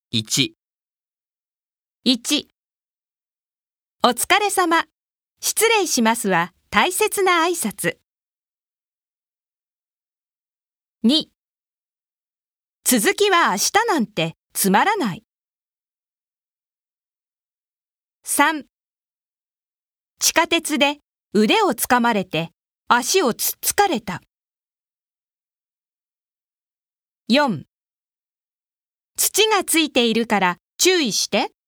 1、 1、お疲れ様。失礼しますは大切な挨拶。2、続きは明日なんてつまらない。3、地下鉄で腕をつかまれて足をつっつかれた。4、土がついているから注意して。